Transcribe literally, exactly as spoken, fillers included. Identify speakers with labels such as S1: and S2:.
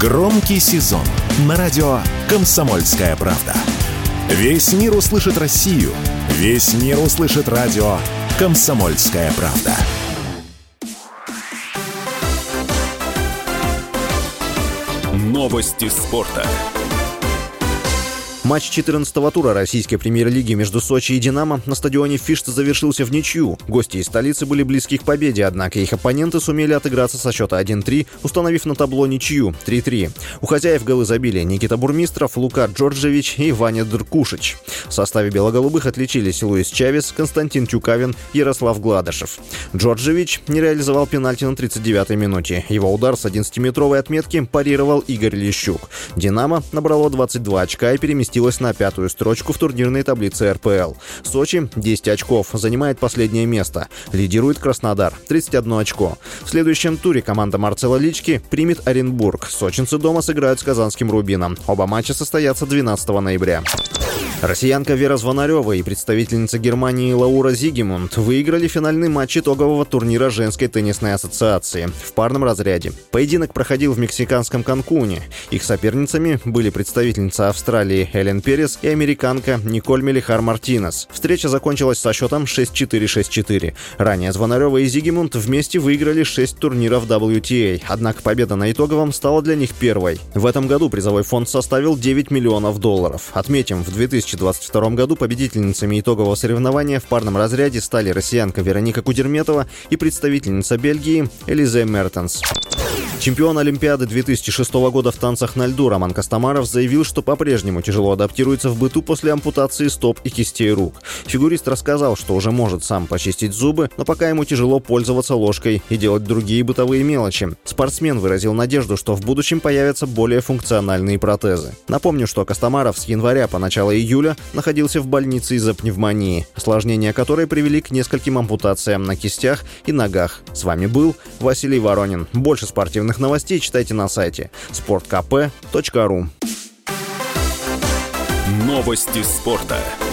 S1: Громкий сезон на радио «Комсомольская правда». Весь мир услышит Россию. Весь мир услышит радио «Комсомольская правда». Новости спорта.
S2: Матч четырнадцатого тура российской премьер-лиги между Сочи и «Динамо» на стадионе «Фишт» завершился в ничью. Гости из столицы были близки к победе, однако их оппоненты сумели отыграться со счета один-три, установив на табло ничью три-три. У хозяев голы забили Никита Бурмистров, Лука Джорджевич и Ваня Дркушич. В составе белоголубых отличились Луис Чавес, Константин Тюкавин, Ярослав Гладышев. Джорджевич не реализовал пенальти на тридцать девятой минуте. Его удар с одиннадцатиметровой отметки парировал Игорь Лещук. «Динамо» набрало двадцать два очка и переместилось на пятую строчку в турнирной таблице эр пэ эл. Сочи десять очков, занимает последнее место. Лидирует Краснодар тридцать одно очко. В следующем туре команда Марцела Лички примет Оренбург. Сочинцы дома сыграют с казанским «Рубином». Оба матча состоятся двенадцатого ноября. Россиянка Вера Звонарева и представительница Германии Лаура Зигемунд выиграли финальный матч итогового турнира женской теннисной ассоциации в парном разряде. Поединок проходил в мексиканском Канкуне. Их соперницами были представительница Австралии Эллен Перес и американка Николь Мелихар Мартинес. Встреча закончилась со счетом шесть-четыре шесть-четыре. Ранее Звонарева и Зигемунд вместе выиграли шесть турниров дабл ю ти эй, однако победа на итоговом стала для них первой. В этом году призовой фонд составил девять миллионов долларов. Отметим, в две тысячи двадцать втором году победительницами итогового соревнования в парном разряде стали россиянка Вероника Кудерметова и представительница Бельгии Элизе Мертенс. Чемпион Олимпиады две тысячи шестого года в танцах на льду Роман Костомаров заявил, что по-прежнему тяжело адаптируется в быту после ампутации стоп и кистей рук. Фигурист рассказал, что уже может сам почистить зубы, но пока ему тяжело пользоваться ложкой и делать другие бытовые мелочи. Спортсмен выразил надежду, что в будущем появятся более функциональные протезы. Напомню, что Костомаров с января по начало июля находился в больнице из-за пневмонии, осложнения которой привели к нескольким ампутациям на кистях и ногах. С вами был Василий Воронин. Больше спортивных новостей читайте на сайте спорт ка пэ точка ру.
S1: Новости спорта.